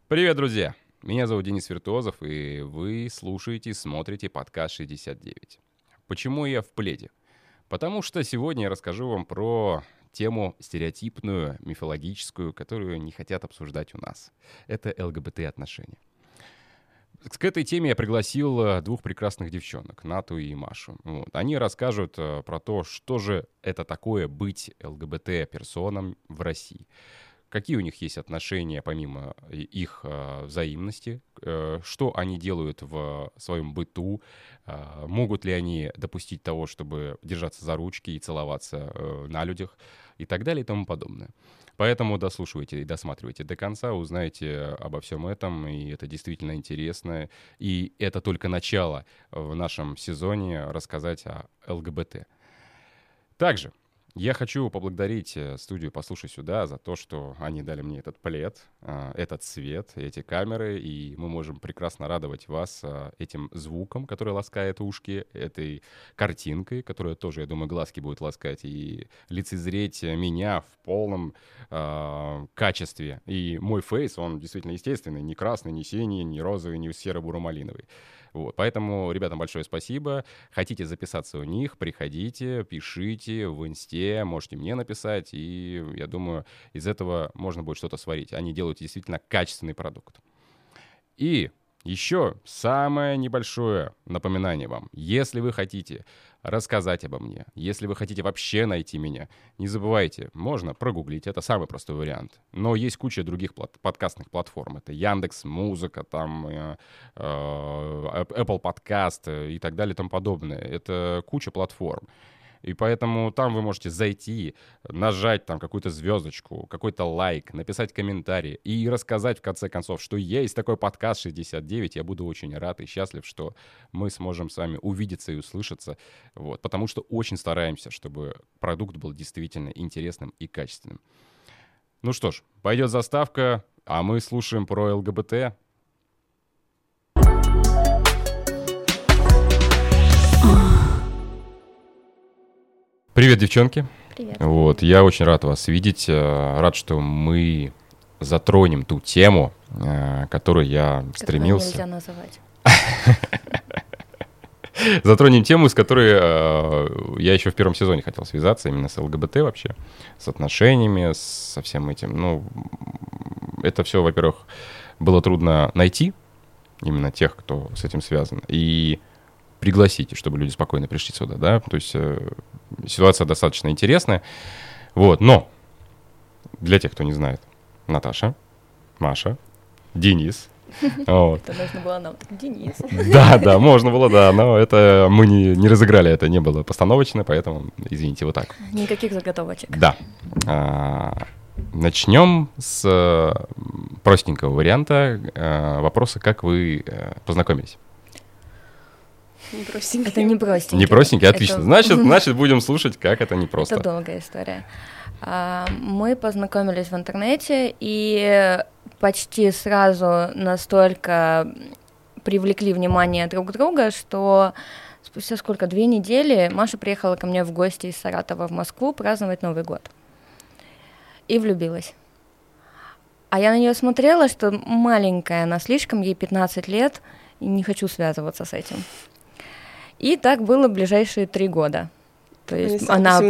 Привет, друзья! Меня зовут Денис Виртуозов, и вы слушаете и смотрите подкаст 69. Почему я в пледе? Потому что сегодня я расскажу вам про тему стереотипную, мифологическую, которую не хотят обсуждать у нас. Это ЛГБТ-отношения. К этой теме я пригласил двух прекрасных девчонок, Нату и Машу. Они расскажут про то, что же это такое быть ЛГБТ-персоном в России. Какие у них есть отношения помимо их взаимности, что они делают в своем быту, могут ли они допустить того, чтобы держаться за ручки и целоваться на людях и так далее и тому подобное. Поэтому дослушивайте и досматривайте до конца, узнаете обо всем этом, и это действительно интересно. И это только начало в нашем сезоне рассказать о ЛГБТ. Также я хочу поблагодарить студию «Послушай сюда» за то, что они дали мне этот плед, этот свет, эти камеры, и мы можем прекрасно радовать вас этим звуком, который ласкает ушки, этой картинкой, которая тоже, я думаю, глазки будет ласкать, и лицезреть меня в полном качестве. И мой фейс, он действительно естественный, не красный, не синий, не розовый, не серо-буро-малиновый. Вот. Поэтому ребятам большое спасибо. Хотите записаться у них, приходите, пишите в инсте, можете мне написать, и я думаю, из этого можно будет что-то сварить. Они делают действительно качественный продукт. И еще самое небольшое напоминание вам. Если вы хотите рассказать обо мне, если вы хотите вообще найти меня, не забывайте, можно прогуглить, это самый простой вариант. Но есть куча других подкастных платформ. Это Яндекс.Музыка, там Apple Podcast и так далее и тому подобное. Это куча платформ. И поэтому там вы можете зайти, нажать там какую-то звездочку, какой-то лайк, написать комментарий и рассказать в конце концов, что есть такой подкаст 69. Я буду очень рад и счастлив, что мы сможем с вами увидеться и услышаться. Вот, потому что очень стараемся, чтобы продукт был действительно интересным и качественным. Ну что ж, пойдет заставка, а мы слушаем про ЛГБТ. Привет, девчонки. Привет. Вот, я очень рад вас видеть. Рад, что мы затронем ту тему, которую я стремился. Нельзя называть. Затронем тему, с которой я еще в первом сезоне хотел связаться, именно с ЛГБТ вообще, с отношениями, со всем этим. Ну, это все, во-первых, было трудно найти, именно тех, кто с этим связан, и пригласите, чтобы люди спокойно пришли сюда, да, то есть ситуация достаточно интересная, вот, но для тех, кто не знает, Наташа, Маша, Денис. Вот. Это нужно было нам. Денис. Да, можно было, да, но это мы не разыграли, это не было постановочно, поэтому, извините, вот так. Никаких заготовочек. Да. Начнем с простенького варианта вопроса, как вы познакомились. Непростенький. Это непростенький. Непростенький, отлично. Это... Значит, будем слушать, как это непросто. Это долгая история. Мы познакомились в интернете и почти сразу настолько привлекли внимание друг друга, что спустя 2 недели Маша приехала ко мне в гости из Саратова в Москву праздновать Новый год. И влюбилась. А я на нее смотрела, что маленькая она слишком, ей 15 лет, и не хочу связываться с этим. И так было ближайшие 3 года. То есть она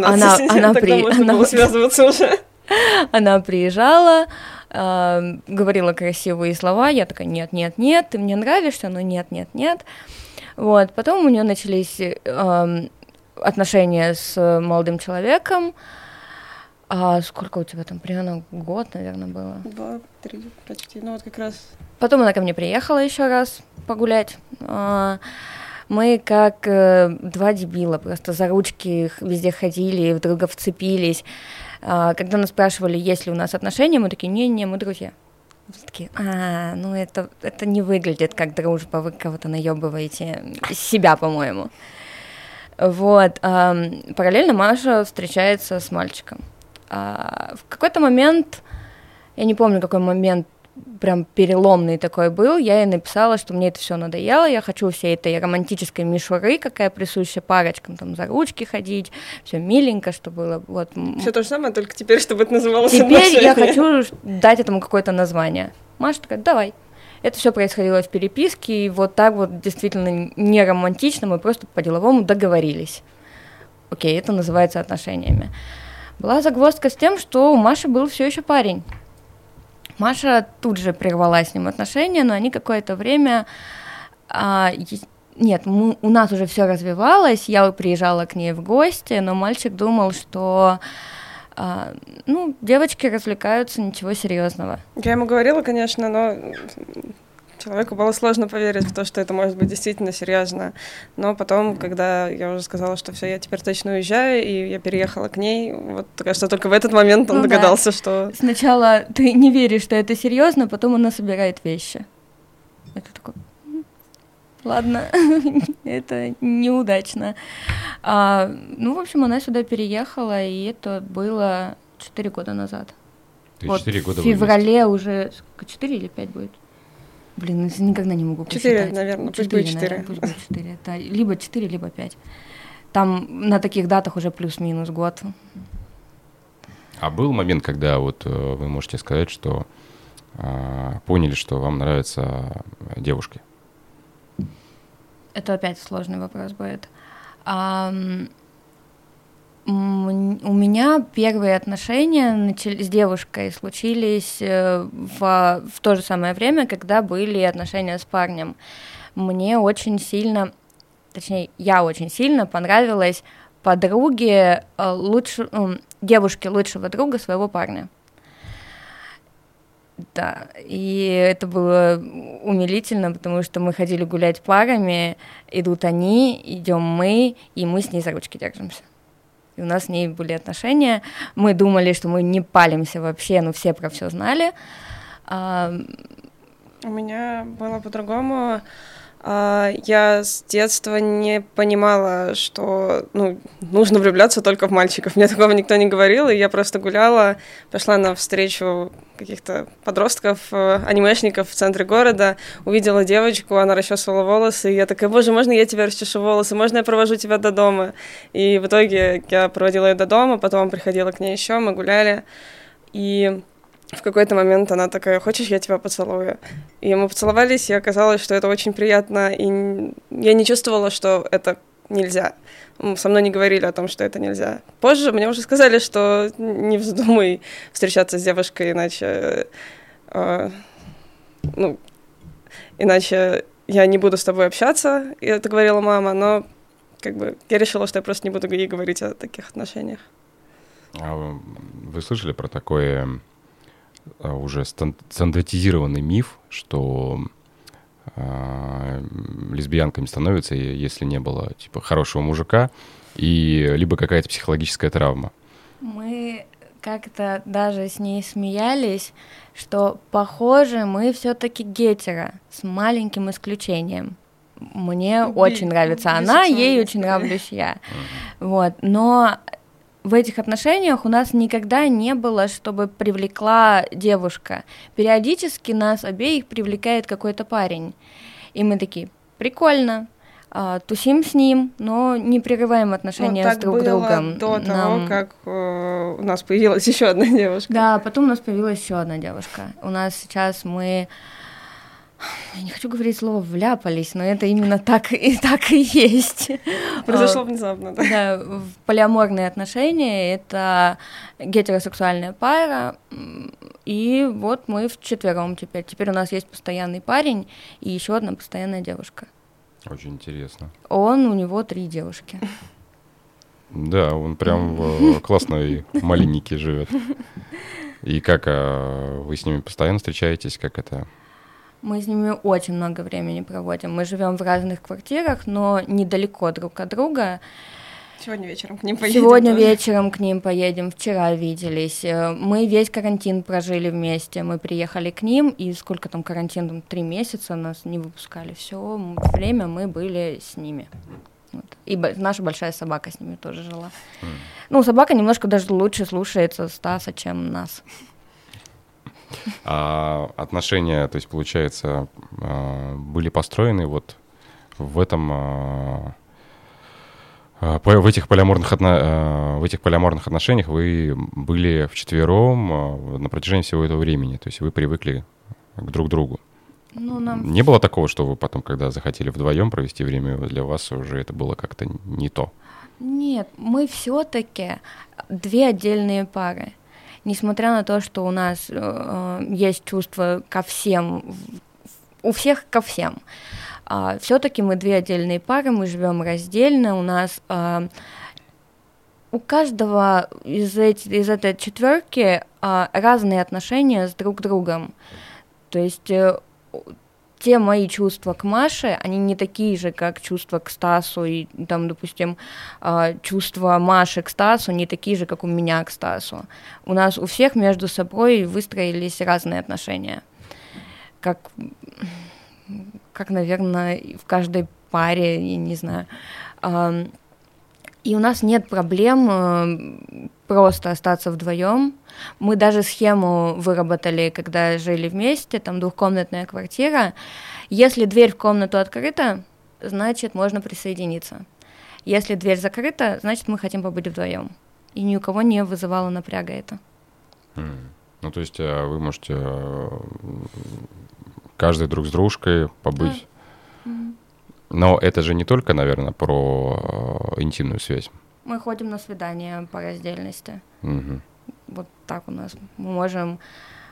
приезжала, говорила красивые слова, я такая: нет, ты мне нравишься, но нет. Вот, потом у нее начались отношения с молодым человеком. Сколько у тебя там примерно? Год, наверное, было? 2-3 почти, ну вот как раз. Потом она ко мне приехала еще раз погулять. Мы как 2 дебила просто за ручки везде ходили, в друга вцепились. Когда нас спрашивали, есть ли у нас отношения, мы такие: не, мы друзья. Мы такие: ну это не выглядит как дружба, вы кого-то наебываете, из себя, по-моему. Вот. Параллельно Маша встречается с мальчиком. В какой-то момент, я не помню, какой момент прям переломный такой был, я ей написала, что мне это все надоело, я хочу всей этой романтической мишуры, какая присуща парочкам, там, за ручки ходить, все миленько, что было, вот. Все то же самое, только теперь, чтобы это называлось отношения. Теперь я хочу дать этому какое-то название. Маша такая, давай. Это все происходило в переписке, и вот так вот действительно не романтично, мы просто по-деловому договорились. Окей, это называется отношениями. Была загвоздка с тем, что у Маши был все еще парень. Маша тут же прервала с ним отношения, но они какое-то время... у нас уже все развивалось, я приезжала к ней в гости, но мальчик думал, что... девочки развлекаются, ничего серьезного. Я ему говорила, конечно, но человеку было сложно поверить в то, что это может быть действительно серьезно. Но потом, когда я уже сказала, что все, я теперь точно уезжаю, и я переехала к ней, вот, кажется, только в этот момент он догадался, что... Сначала ты не веришь, что это серьезно, потом она собирает вещи. Это такой... Ладно, это неудачно. В общем, она сюда переехала, и это было 4 года назад. То есть 4 года в феврале уже... 4 или 5 будет? Блин, никогда не могу посчитать. 4, наверное, пусть будет 4. Пусть будет 4. Это либо 4, либо 5. Там на таких датах уже плюс-минус год. А был момент, когда вот вы можете сказать, что поняли, что вам нравятся девушки? Это опять сложный вопрос будет. У меня первые отношения с девушкой случились в то же самое время, когда были отношения с парнем. Мне очень сильно, точнее, я очень сильно понравилась подруге девушке лучшего друга своего парня. Да, и это было умилительно, потому что мы ходили гулять парами, идут они, идем мы, и мы с ней за ручки держимся. И у нас с ней были отношения. Мы думали, что мы не палимся вообще, но все про все знали. У меня было по-другому. Я с детства не понимала, что нужно влюбляться только в мальчиков. Мне такого никто не говорил, и я просто гуляла, пошла на встречу каких-то подростков, анимешников в центре города, увидела девочку, она расчесывала волосы, и я такая, боже, можно я тебе расчешу волосы, можно я провожу тебя до дома? И в итоге я проводила ее до дома, потом приходила к ней еще, мы гуляли, и в какой-то момент она такая, хочешь, я тебя поцелую? И мы поцеловались, и оказалось, что это очень приятно, и я не чувствовала, что это нельзя. Со мной не говорили о том, что это нельзя. Позже мне уже сказали, что не вздумай встречаться с девушкой, иначе я не буду с тобой общаться, и это говорила мама, но я решила, что я просто не буду ей говорить о таких отношениях. А вы слышали про такое уже стандартизированный миф, что лесбиянками становятся, если не было хорошего мужика, и либо какая-то психологическая травма? Мы как-то даже с ней смеялись, что, похоже, мы все-таки гетеро, с маленьким исключением. Мне очень нравится она, ей очень нравлюсь я. Вот. Но в этих отношениях у нас никогда не было, чтобы привлекла девушка. Периодически нас обеих привлекает какой-то парень. И мы такие, прикольно, тусим с ним, но не прерываем отношения с друг другом. До того, как у нас появилась еще одна девушка. Да, потом у нас появилась еще одна девушка. У нас сейчас я не хочу говорить слово «вляпались», но это именно так и есть. Произошло внезапно, да? Да, полиаморные отношения — это гетеросексуальная пара, и вот мы вчетвером теперь. Теперь у нас есть постоянный парень и еще одна постоянная девушка. Очень интересно. У него 3 девушки. Да, он прям классно и маленький живет. И как вы с ними постоянно встречаетесь? Как это? Мы с ними очень много времени проводим. Мы живем в разных квартирах, но недалеко друг от друга. Сегодня вечером к ним поедем. Вечером к ним поедем. Вчера виделись. Мы весь карантин прожили вместе. Мы приехали к ним, и сколько там карантин? 3 месяца нас не выпускали. Все время мы были с ними. Вот. И наша большая собака с ними тоже жила. Собака немножко даже лучше слушается Стаса, чем нас. А отношения, то есть, получается, были построены вот в этом, в этих полиаморных отношениях вы были вчетвером на протяжении всего этого времени, то есть вы привыкли к друг другу? Ну, нам... Не было такого, что вы потом, когда захотели вдвоем провести время, для вас уже это было как-то не то? Нет, мы все-таки две отдельные пары. Несмотря на то, что у нас есть чувство ко всем, у всех ко всем, все-таки мы две отдельные пары, мы живем раздельно, у нас у каждого из этой четверки разные отношения с друг другом. То есть те мои чувства к Маше, они не такие же, как чувства к Стасу, и там, допустим, чувства Маши к Стасу не такие же, как у меня к Стасу. У нас у всех между собой выстроились разные отношения. Как, наверное, в каждой паре, я не знаю. И у нас нет проблем просто остаться вдвоем. Мы даже схему выработали, когда жили вместе, там двухкомнатная квартира. Если дверь в комнату открыта, значит, можно присоединиться. Если дверь закрыта, значит, мы хотим побыть вдвоем. И ни у кого не вызывало напряга это. Ну, то есть вы можете каждый друг с дружкой побыть. Да. Но это же не только, наверное, про интимную связь. Мы ходим на свидания по раздельности. Угу. Вот так у нас. Мы можем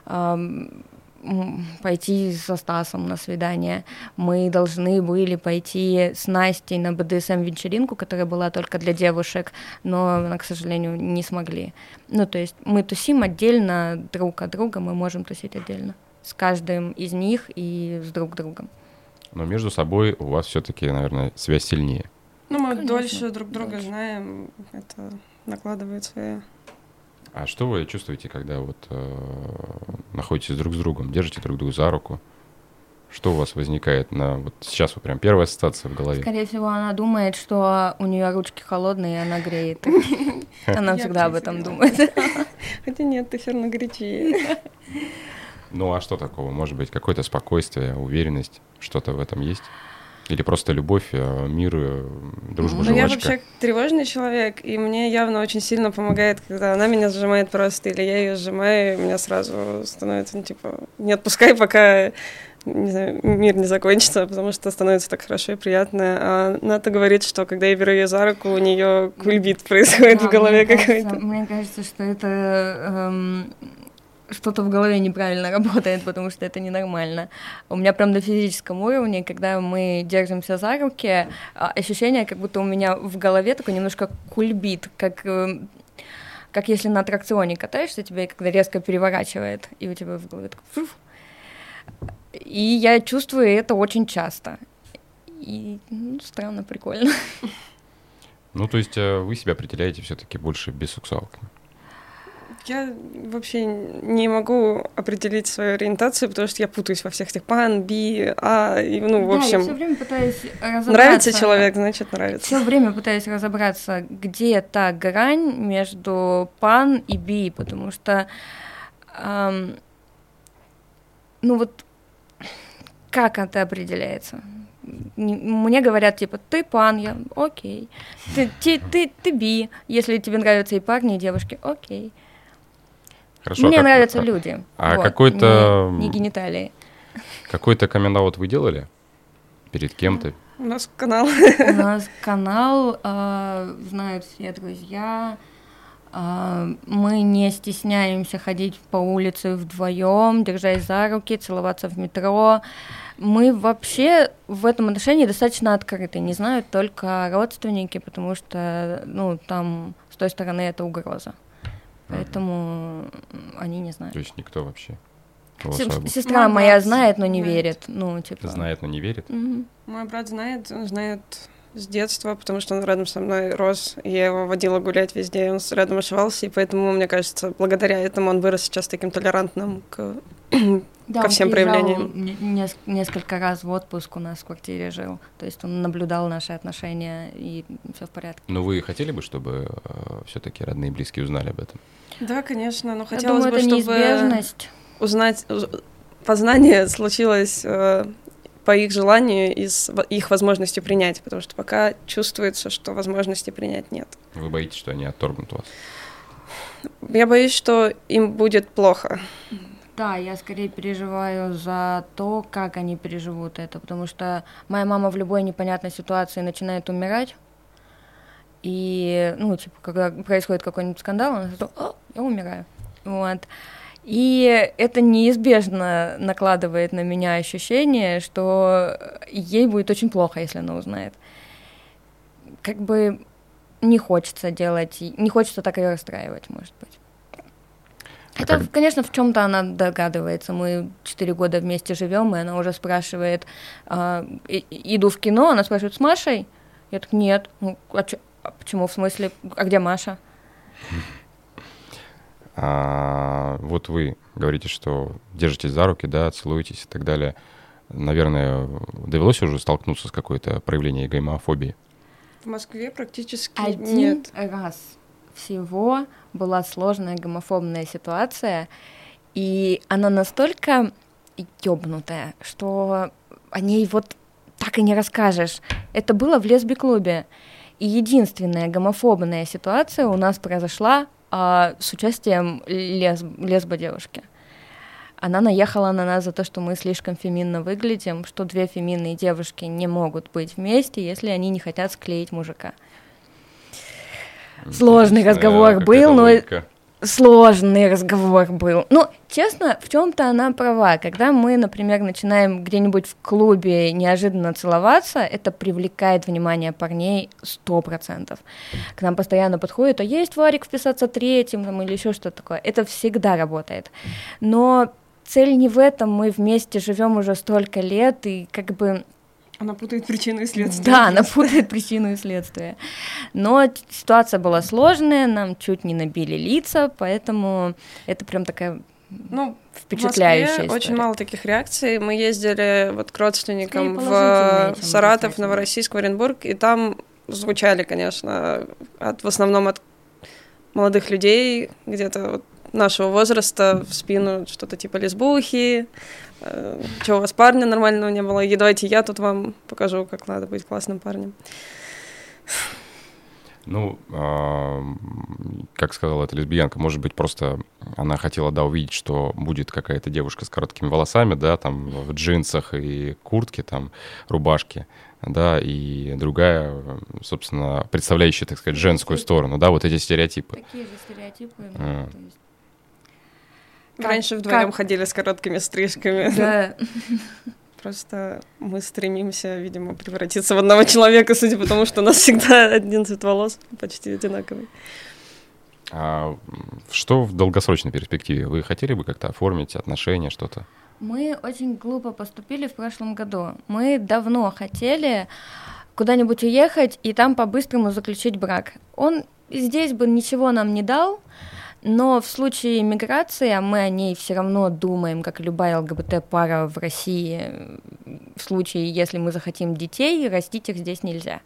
пойти со Стасом на свидание. Мы должны были пойти с Настей на БДСМ-вечеринку, которая была только для девушек, но, к сожалению, не смогли. Ну, то есть мы тусим отдельно друг от друга, мы можем тусить отдельно с каждым из них и с друг другом. Но между собой у вас все-таки, наверное, связь сильнее. Ну, мы Конечно, дольше друг друга знаем, это накладывает свои... А что вы чувствуете, когда вот находитесь друг с другом, держите друг друга за руку? Что у вас возникает вот сейчас вот прям первая ассоциация в голове? Скорее всего, она думает, что у нее ручки холодные, и она греет. Она всегда об этом думает. Хотя нет, ты все равно горячее. Ну а что такого? Может быть, какое-то спокойствие, уверенность? Что-то в этом есть? Или просто любовь, мир, дружба, жвачка? Ну, я вообще тревожный человек, и мне явно очень сильно помогает, когда она меня сжимает просто, или я ее сжимаю, и у меня сразу становится, не отпускай, пока, не знаю, мир не закончится, потому что становится так хорошо и приятно. А Ната говорит, что когда я беру ее за руку, у нее кульбит происходит в голове какой-то. Мне кажется, что это... что-то в голове неправильно работает, потому что это ненормально. У меня прям на физическом уровне, когда мы держимся за руки, ощущение, как будто у меня в голове такой немножко кульбит, как если на аттракционе катаешься, тебя когда резко переворачивает, и у тебя в голове такой фуф. И я чувствую это очень часто. И странно, прикольно. Ну, то есть вы себя определяете все-таки больше бисексуалкой? Я вообще не могу определить свою ориентацию, потому что я путаюсь во всех этих пан, би, в общем... я все время пытаюсь разобраться. Нравится человек, значит, нравится. Все время пытаюсь разобраться, где та грань между пан и би, потому что, как это определяется? Мне говорят, ты пан, я окей. Ты би, если тебе нравятся и парни, и девушки, окей. Хорошо, Мне нравятся люди. Какой-то... Не гениталии. Какой-то камин-аут вы делали? Перед кем-то? У нас канал. У нас канал, знают все друзья. Мы не стесняемся ходить по улице вдвоем, держась за руки, целоваться в метро. Мы вообще в этом отношении достаточно открыты. Не знают только родственники, потому что, там с той стороны это угроза. Поэтому они не знают. То есть никто вообще? Сестра моя знает, но не верит. Знает, но не верит? Мой брат знает, он знает с детства, потому что он рядом со мной рос. Я его водила гулять везде, он рядом ошивался, и поэтому, мне кажется, благодаря этому он вырос сейчас таким толерантным ко всем проявлениям. Несколько раз в отпуск у нас в квартире жил. То есть он наблюдал наши отношения, и все в порядке. Но вы хотели бы, чтобы все-таки родные и близкие узнали об этом? Да, конечно, но хотелось бы, это чтобы неизбежность. Познание случилось по их желанию и с их возможностью принять, потому что пока чувствуется, что возможности принять нет. Вы боитесь, что они отторгнут вас? Я боюсь, что им будет плохо. Да, я скорее переживаю за то, как они переживут это, потому что моя мама в любой непонятной ситуации начинает умирать, и, ну, типа, когда происходит какой-нибудь скандал, она говорит: «О, я умираю». Вот. И это неизбежно накладывает на меня ощущение, что ей будет очень плохо, если она узнает. Как бы не хочется делать, не хочется так ее расстраивать, может быть. Это, конечно, в чем-то она догадывается. Мы 4 года вместе живем, и она уже спрашивает, иду в кино, она спрашивает: с Машей? Я так: нет. Ну, почему, в смысле, а где Маша? Вот вы говорите, что держитесь за руки, да, целуетесь и так далее. Наверное, довелось уже столкнуться с какой-то проявлением гомофобии? В Москве практически нет. Один раз всего была сложная гомофобная ситуация, и она настолько ёбнутая, что о ней вот так и не расскажешь. Это было в лесби-клубе, и единственная гомофобная ситуация у нас произошла с участием лесбо-девушки. Она наехала на нас за то, что мы слишком феминно выглядим, что 2 феминные девушки не могут быть вместе, если они не хотят склеить мужика. Сложный разговор был, но... Сложный разговор был. Ну, честно, в чем-то она права. Когда мы, например, начинаем где-нибудь в клубе неожиданно целоваться, это привлекает внимание парней 100%. К нам постоянно подходят: а есть Варик вписаться 3-м там, или еще что-то такое. Это всегда работает. Но цель не в этом. Мы вместе живем уже столько лет, и как бы... Она путает причину и следствие. Да, она путает причину и следствие. Но ситуация была сложная, нам чуть не набили лица, поэтому это прям такая впечатляющая в Москве история. Очень мало таких реакций. Мы ездили вот к родственникам в Саратов, Новороссийск, в Оренбург, и там звучали, конечно, в основном от молодых людей, где-то вот нашего возраста, в спину что-то типа лесбухи. Чего у вас парня нормального не было? И давайте я тут вам покажу, как надо быть классным парнем. Ну, как сказала эта лесбиянка, может быть, просто она хотела, да, увидеть, что будет какая-то девушка с короткими волосами, да, там, в джинсах и куртке, там, рубашке, да, и другая, собственно, представляющая, так сказать, женскую сторону, да, вот эти стереотипы. Такие же стереотипы, то есть... Раньше вдвоем ходили с короткими стрижками. Да. Просто мы стремимся, видимо, превратиться в одного человека, судя по тому, что у нас всегда один цвет волос почти одинаковый. А что в долгосрочной перспективе? Вы хотели бы как-то оформить отношения, что-то? Мы очень глупо поступили в прошлом году. Мы давно хотели куда-нибудь уехать и там по-быстрому заключить брак. Он здесь бы ничего нам не дал, но в случае миграции, а мы о ней все равно думаем, как и любая ЛГБТ-пара в России, в случае, если мы захотим детей, растить их здесь нельзя.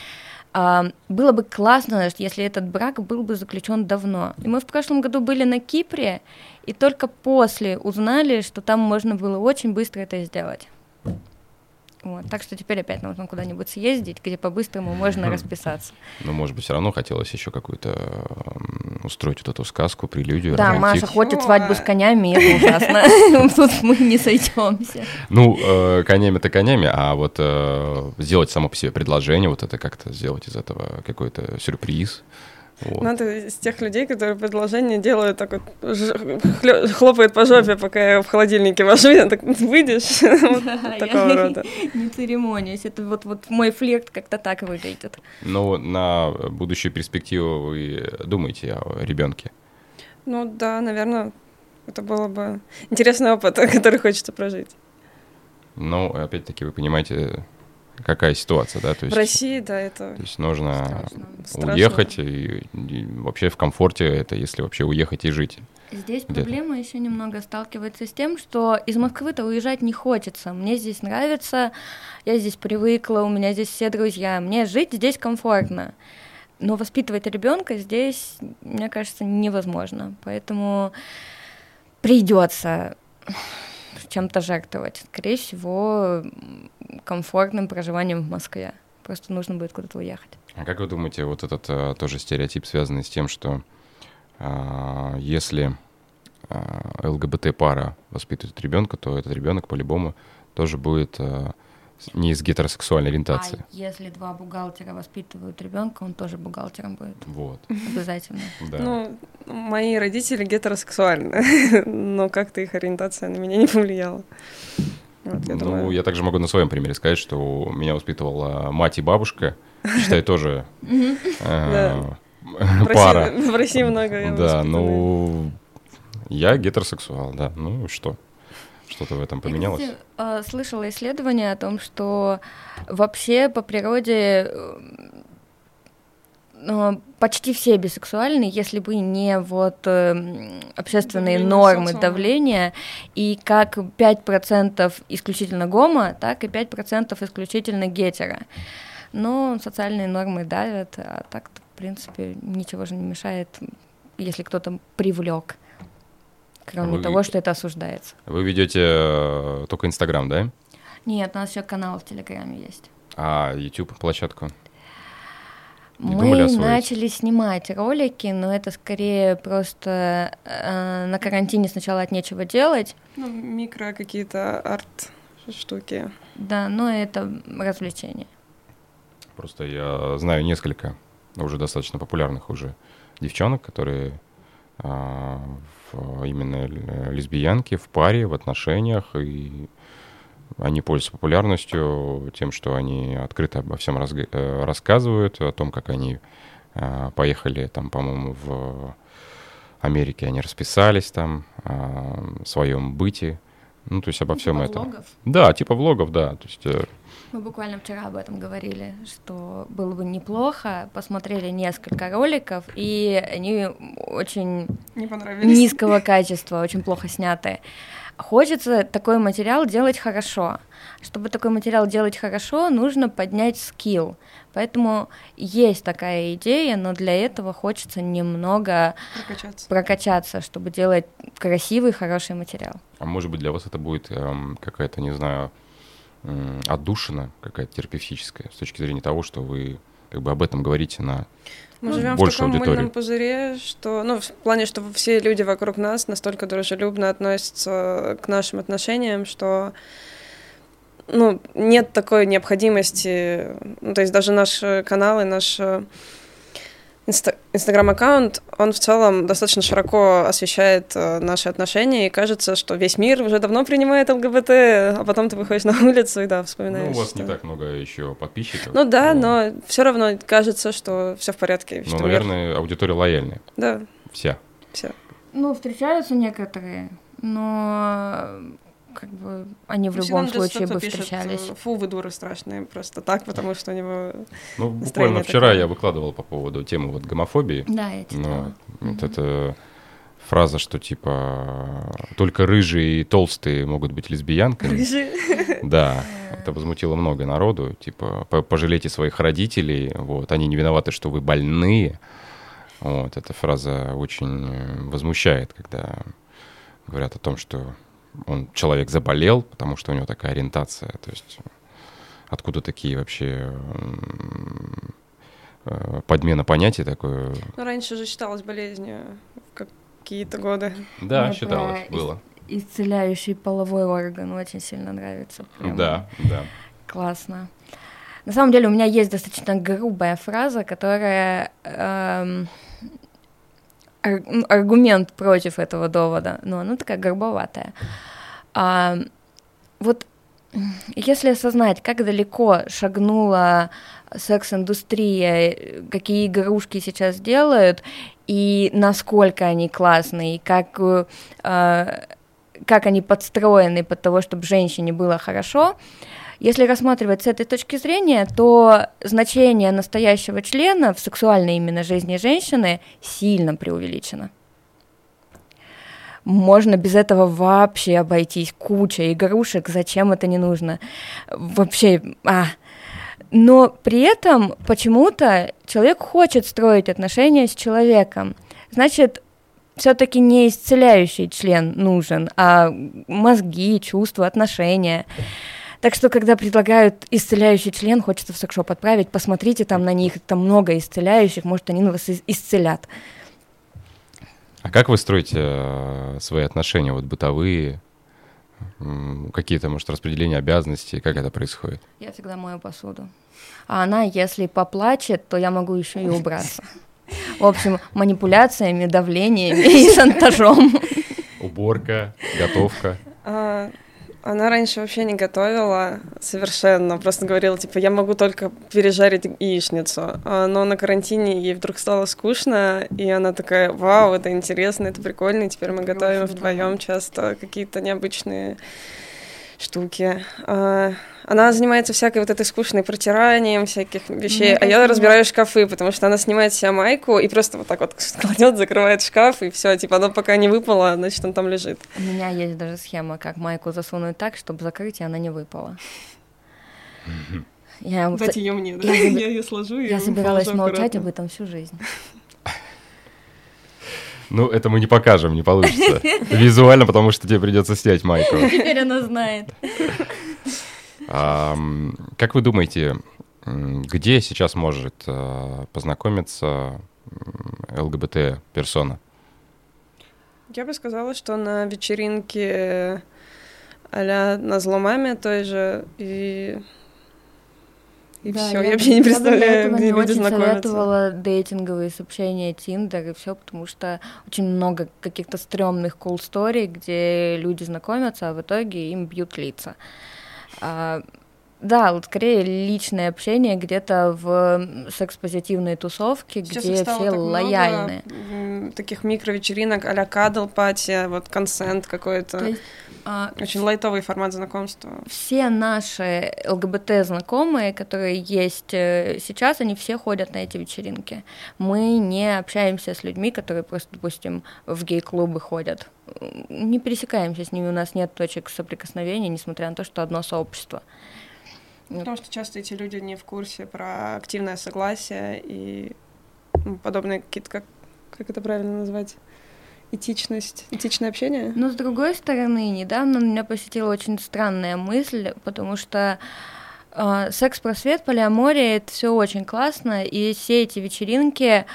Было бы классно, если этот брак был бы заключен давно. И мы в прошлом году были на Кипре, и только после узнали, что там можно было очень быстро это сделать. Вот. Так что теперь опять нужно куда-нибудь съездить, где по-быстрому можно расписаться. Ну, может быть, все равно хотелось еще какую-то устроить вот эту сказку, прелюдию. Да, романтик. Маша хочет свадьбу с конями, и это ужасно. Тут мы не сойдемся. Ну, конями-то конями, а вот сделать само по себе предложение, вот это как-то сделать из этого какой-то сюрприз. Вот. Надо из тех людей, которые предложения делают так вот, хлопают по жопе, пока я в холодильнике вожу, я так: выйдешь? Такого рода. Не церемонясь, это вот мой флирт как-то так выглядит. Ну, на будущую перспективу вы думаете о ребенке? Ну да, наверное, это было бы интересный опыт, который хочется прожить. Ну, опять-таки, вы понимаете, какая ситуация, да? То есть, в России, да, это... То есть нужно страшно. Уехать, и вообще в комфорте это, если вообще уехать и жить. Здесь проблема еще немного сталкивается с тем, что из Москвы-то уезжать не хочется. Мне здесь нравится, я здесь привыкла, у меня здесь все друзья, мне жить здесь комфортно. Но воспитывать ребенка здесь, мне кажется, невозможно. Поэтому придется чем-то жертвовать. Скорее всего, комфортным проживанием в Москве. Просто нужно будет куда-то уехать. А как вы думаете, вот этот тоже стереотип, связанный с тем, что если ЛГБТ-пара воспитывает ребенка, то этот ребенок по-любому тоже будет не из гетеросексуальной ориентации. А если 2 бухгалтера воспитывают ребенка, он тоже бухгалтером будет. Вот. Обязательно. Да. Ну, мои родители гетеросексуальны, но как-то их ориентация на меня не повлияла. Вот, я думаю. Я также могу на своем примере сказать, что меня воспитывала мать и бабушка, считай, тоже пара. В России много. Да, ну, я гетеросексуал, да. Ну, что? Что-то в этом поменялось? Я, кстати, слышала исследование о том, что вообще по природе почти все бисексуальны, если бы не вот общественные нормы давления, и как 5% исключительно гомо, так и 5% исключительно гетеро. Но социальные нормы давят, а так-то, в принципе, ничего же не мешает, если кто-то привлек. Кроме того, что это осуждается. Вы ведете только Инстаграм, да? Нет, у нас еще канал в Телеграме есть. А YouTube-площадку? Мы начали снимать ролики, но это скорее просто на карантине сначала от нечего делать. Ну, микро какие-то арт-штуки. Да, но это развлечение. Просто я знаю несколько уже достаточно популярных уже девчонок, которые именно лесбиянки в паре, в отношениях, и они пользуются популярностью тем, что они открыто обо всем рассказывают, о том, как они поехали, там, по-моему, в Америке, они расписались там, о своем быте, ну, то есть обо всем этом. Влогов? Да, типа влогов, да. То есть, мы буквально вчера об этом говорили, что было бы неплохо, посмотрели несколько роликов, и они очень низкого качества, очень плохо снятые. Хочется такой материал делать хорошо. Чтобы такой материал делать хорошо, нужно поднять скилл. Поэтому есть такая идея, но для этого хочется немного прокачаться, чтобы делать красивый, хороший материал. А может быть, для вас это будет какая-то, не знаю, отдушина какая-то терапевтическая, с точки зрения того, что вы как бы об этом говорите на Мы живем в таком мыльном пузыре, что, ну, в плане, что все люди вокруг нас настолько дружелюбно относятся к нашим отношениям, что, ну, нет такой необходимости, ну, то есть даже наш канал и наш Инстаграм-аккаунт, он в целом достаточно широко освещает наши отношения, и кажется, что весь мир уже давно принимает ЛГБТ, а потом ты выходишь на улицу и, да, вспоминаешь. Ну, у вас не так много еще подписчиков. Ну да, но все равно кажется, что все в порядке. Ну, наверное, аудитория лояльная. Да. Вся. Ну, встречаются некоторые, но как бы они в любом случае бы встречались. Пишет, фу, вы дуры страшные, просто так, потому что у него Ну, буквально вчера я выкладывал по поводу темы вот гомофобии. Да, я читала. Вот эта фраза, что типа только рыжие и толстые могут быть лесбиянками. Рыжие? Да, это возмутило много народу. Типа, пожалейте своих родителей, вот, они не виноваты, что вы больные. Вот, эта фраза очень возмущает, когда говорят о том, что человек заболел, потому что у него такая ориентация. То есть откуда такие вообще подмена понятий такое? Ну, раньше же считалось болезнью какие-то годы. Да, Мне считалось, было. Исцеляющий половой орган очень сильно нравится. Прямо. Да. Классно. На самом деле у меня есть достаточно грубая фраза, которая аргумент против этого довода, но она такая грубоватая. Вот если осознать, как далеко шагнула секс-индустрия, какие игрушки сейчас делают, и насколько они классные, и как они подстроены под того, чтобы женщине было хорошо, если рассматривать с этой точки зрения, то значение настоящего члена в сексуальной именно жизни женщины сильно преувеличено. Можно без этого вообще обойтись, куча игрушек, зачем это не нужно? Вообще, Но при этом почему-то человек хочет строить отношения с человеком. Значит, все-таки не исцеляющий член нужен, а мозги, чувства, отношения. Так что, когда предлагают исцеляющий член, хочется в секшоп отправить, посмотрите там на них, там много исцеляющих, может, они вас исцелят. А как вы строите свои отношения, вот бытовые, какие-то, может, распределения обязанностей, как это происходит? Я всегда мою посуду. А она, если поплачет, то я могу еще и убраться. В общем, манипуляциями, давлениями и шантажом. Уборка, готовка. Она раньше вообще не готовила совершенно, просто говорила, типа, я могу только пережарить яичницу. Но на карантине ей вдруг стало скучно, и она такая, вау, это интересно, это прикольно, и теперь мы готовим вдвоем часто какие-то необычные штуки. Она занимается всякой вот этой скучной протиранием всяких вещей, а я разбираю шкафы, потому что она снимает себе майку и просто вот так вот кладет, закрывает шкаф, и все, типа, она пока не выпала, значит, он там лежит. У меня есть даже схема, как майку засунуть так, чтобы закрыть, и она не выпала. Дайте ее мне, да? Я ее сложу. Я собиралась молчать об этом всю жизнь. Ну, это мы не покажем, не получится. Визуально, потому что тебе придется снять майку. Теперь она знает. Как вы думаете, где сейчас может познакомиться ЛГБТ-персона? Я бы сказала, что на вечеринке а-ля на Зломаме той же, и да, все, я вообще не представляю, где люди знакомятся. Я не очень советовала дейтинговые сообщения, Тиндер и все, потому что очень много каких-то стрёмных cool story, где люди знакомятся, а в итоге им бьют лица. Да, вот скорее личное общение где-то в секс-позитивной тусовке, сейчас где все лояльны. Таких микровечеринок а-ля кадл-пати, вот консент какой-то. Очень лайтовый формат знакомства. Все наши ЛГБТ-знакомые, которые есть сейчас, они все ходят на эти вечеринки. Мы не общаемся с людьми, которые просто, допустим, в гей-клубы ходят. Не пересекаемся с ними, у нас нет точек соприкосновения, несмотря на то, что одно сообщество. Потому что часто эти люди не в курсе про активное согласие и подобные какие-то, как это правильно назвать, этичное общение. Но с другой стороны, недавно меня посетила очень странная мысль, потому что секс-просвет, полиамория — это все очень классно, и все эти вечеринки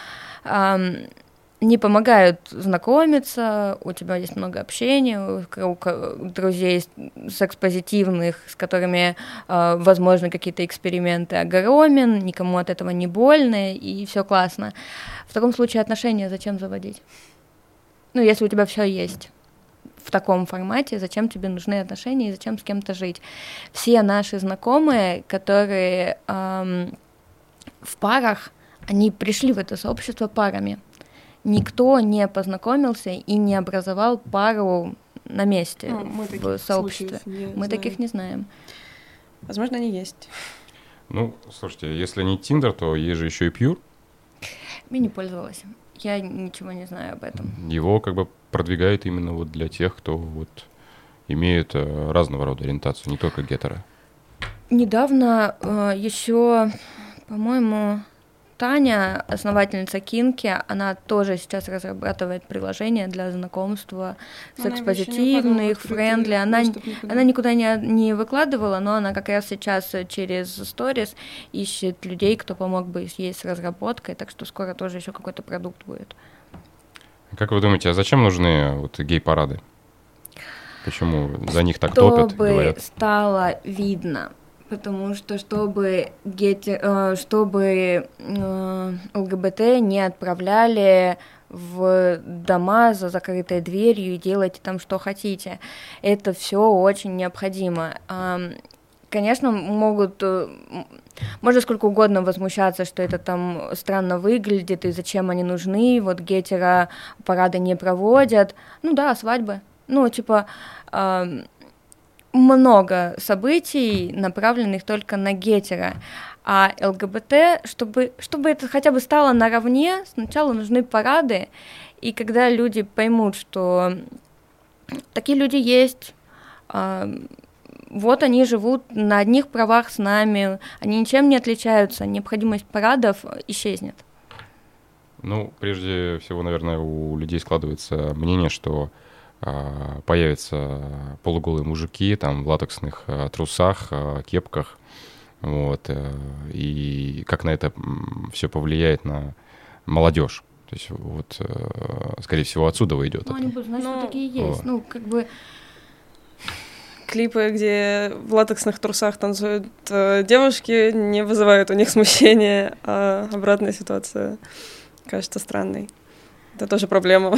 не помогают знакомиться, у тебя есть много общения, у друзей секс-позитивных, с которыми возможны какие-то эксперименты, огромен, никому от этого не больно, и все классно. В таком случае отношения зачем заводить? Ну, если у тебя все есть в таком формате, зачем тебе нужны отношения и зачем с кем-то жить? Все наши знакомые, которые в парах, они пришли в это сообщество парами. Никто не познакомился и не образовал пару на месте в сообществе. Мы таких не знаем. Возможно, они есть. Ну, слушайте, если не Tinder, то есть же еще и Pure. Я не пользовалась. Я ничего не знаю об этом. Его как бы продвигают именно вот для тех, кто вот имеет разного рода ориентацию, не только гетеро. Недавно еще, по-моему, Таня, основательница Кинки, она тоже сейчас разрабатывает приложение для знакомства секс-позитивных, френдли. Она никуда не выкладывала, но она как раз сейчас через сторис ищет людей, кто помог бы ей с разработкой, так что скоро тоже еще какой-то продукт будет. Как вы думаете, а зачем нужны вот гей-парады? Почему за них так топят, говорят? Чтобы стало видно. Потому что чтобы ЛГБТ не отправляли в дома за закрытой дверью и делайте там что хотите. Это все очень необходимо. Конечно, можно сколько угодно возмущаться, что это там странно выглядит и зачем они нужны, вот гетеро-парады не проводят. Ну да, свадьбы. Ну, типа... много событий, направленных только на гетеро, а ЛГБТ, чтобы это хотя бы стало наравне, сначала нужны парады, и когда люди поймут, что такие люди есть, вот они живут на одних правах с нами, они ничем не отличаются, необходимость парадов исчезнет. Ну, прежде всего, наверное, у людей складывается мнение, что появятся полуголые мужики там в латексных трусах, кепках, вот, и как на это все повлияет на молодежь, То есть вот, скорее всего, отсюда вы идет. Ну, они будут знать, что такие есть. Ну, как бы... Клипы, где в латексных трусах танцуют девушки, не вызывают у них смущения, а обратная ситуация кажется странной. Это тоже проблема.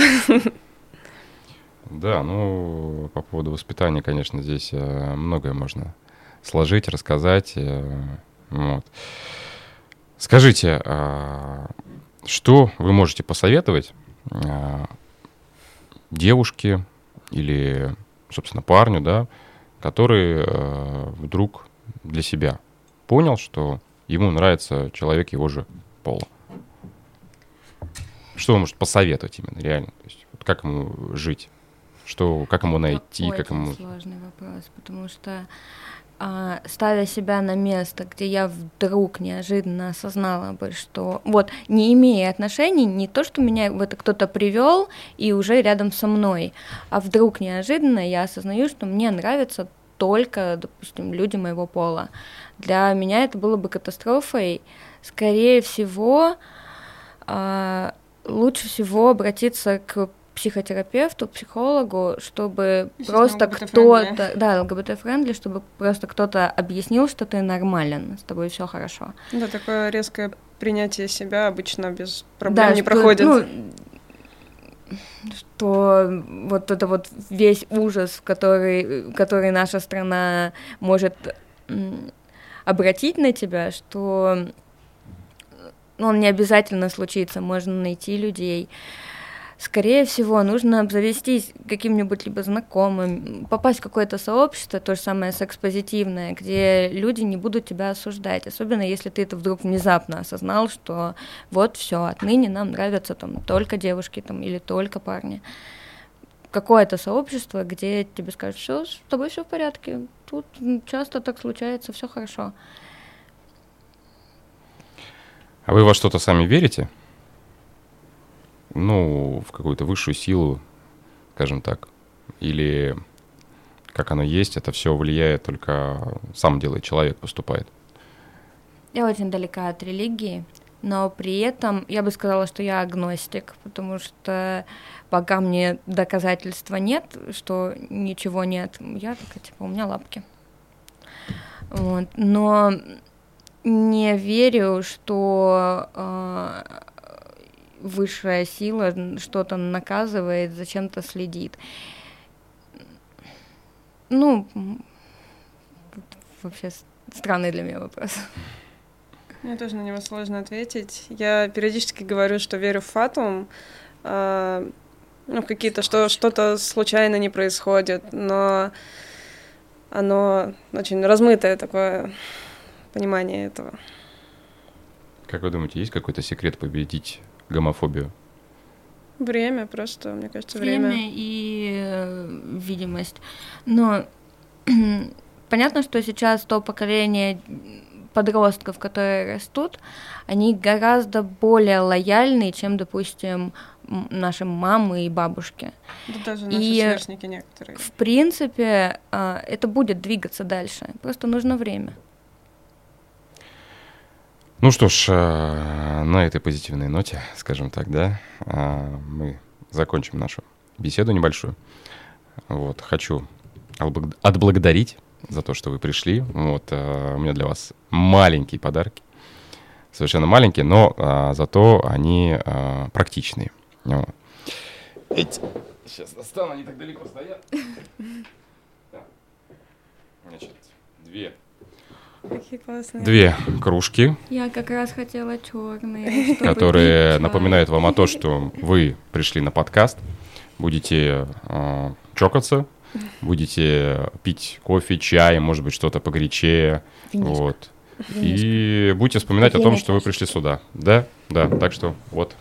Да, ну, по поводу воспитания, конечно, здесь многое можно сложить, рассказать. Вот. Скажите, что вы можете посоветовать девушке или, собственно, парню, да, который вдруг для себя понял, что ему нравится человек его же пола? Что вы можете посоветовать именно, реально? То есть, вот как ему жить? Как ему найти? Это очень сложный вопрос, потому что ставя себя на место, где я вдруг неожиданно осознала бы, что вот не имея отношений, не то, что меня в это кто-то привел и уже рядом со мной, а вдруг неожиданно я осознаю, что мне нравятся только, допустим, люди моего пола. Для меня это было бы катастрофой. Скорее всего, лучше всего обратиться к психотерапевту, психологу, чтобы просто кто-то, да, ЛГБТ-френдли, чтобы просто кто-то объяснил, что ты норmalен, с тобой все хорошо. Да, такое резкое принятие себя обычно без проблем не проходит. Ну, что вот это вот весь ужас, который наша страна может обратить на тебя, что он не обязательно случится, можно найти людей. Скорее всего, нужно обзавестись каким-нибудь либо знакомым, попасть в какое-то сообщество, то же самое секс-позитивное, где люди не будут тебя осуждать, особенно если ты это вдруг внезапно осознал, что вот все, отныне нам нравятся там только девушки там, или только парни. Какое-то сообщество, где тебе скажут, все, с тобой все в порядке, тут часто так случается, все хорошо. А вы во что-то сами верите? Ну, в какую-то высшую силу, скажем так. Или как оно есть, это все влияет, только сам делает человек, поступает. Я очень далека от религии, но при этом я бы сказала, что я агностик, потому что пока мне доказательства нет, что ничего нет, я такая, типа, у меня лапки. Вот. Но не верю, что высшая сила что-то наказывает, зачем-то следит. Ну, вообще странный для меня вопрос. Мне тоже на него сложно ответить. Я периодически говорю, что верю в фатум, ну, какие-то, что что-то случайно не происходит, но оно очень размытое такое понимание этого. Как вы думаете, есть какой-то секрет победить гомофобию? Время просто, мне кажется, время. И видимость. Но понятно, что сейчас то поколение подростков, которые растут, они гораздо более лояльны, чем, допустим, наши мамы и бабушки. Да даже наши сверстники некоторые. В принципе, это будет двигаться дальше. Просто нужно время. Ну что ж, на этой позитивной ноте, скажем так, да, мы закончим нашу беседу небольшую. Вот, хочу отблагодарить за то, что вы пришли. Вот, у меня для вас маленькие подарки, совершенно маленькие, но зато они практичные. Вот. Сейчас достану, они так далеко стоят. Значит, две кружки. Я как раз хотела черные, которые напоминают вам о том, что вы пришли на подкаст, будете чокаться, будете пить кофе, чай, может быть, что-то погорячее. Вот. И будете вспоминать о том, что вы пришли сюда. Да, да, так что вот.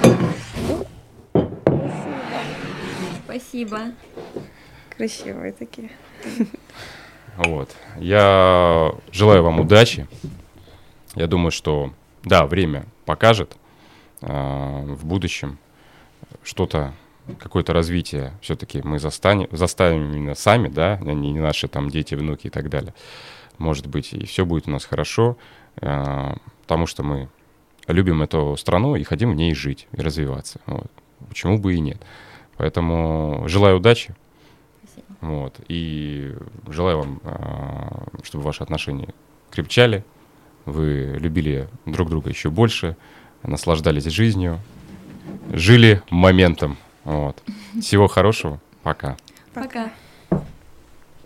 Спасибо. Красивые такие. Вот. Я желаю вам удачи. Я думаю, что, да, время покажет в будущем что-то, какое-то развитие все-таки мы заставим именно сами, да, не наши там дети, внуки и так далее. Может быть, и все будет у нас хорошо, потому что мы любим эту страну и хотим в ней жить и развиваться. Вот. Почему бы и нет? Поэтому желаю удачи. Вот. И желаю вам, чтобы ваши отношения крепчали, вы любили друг друга еще больше, наслаждались жизнью, жили моментом. Вот. Всего хорошего. Пока. Пока.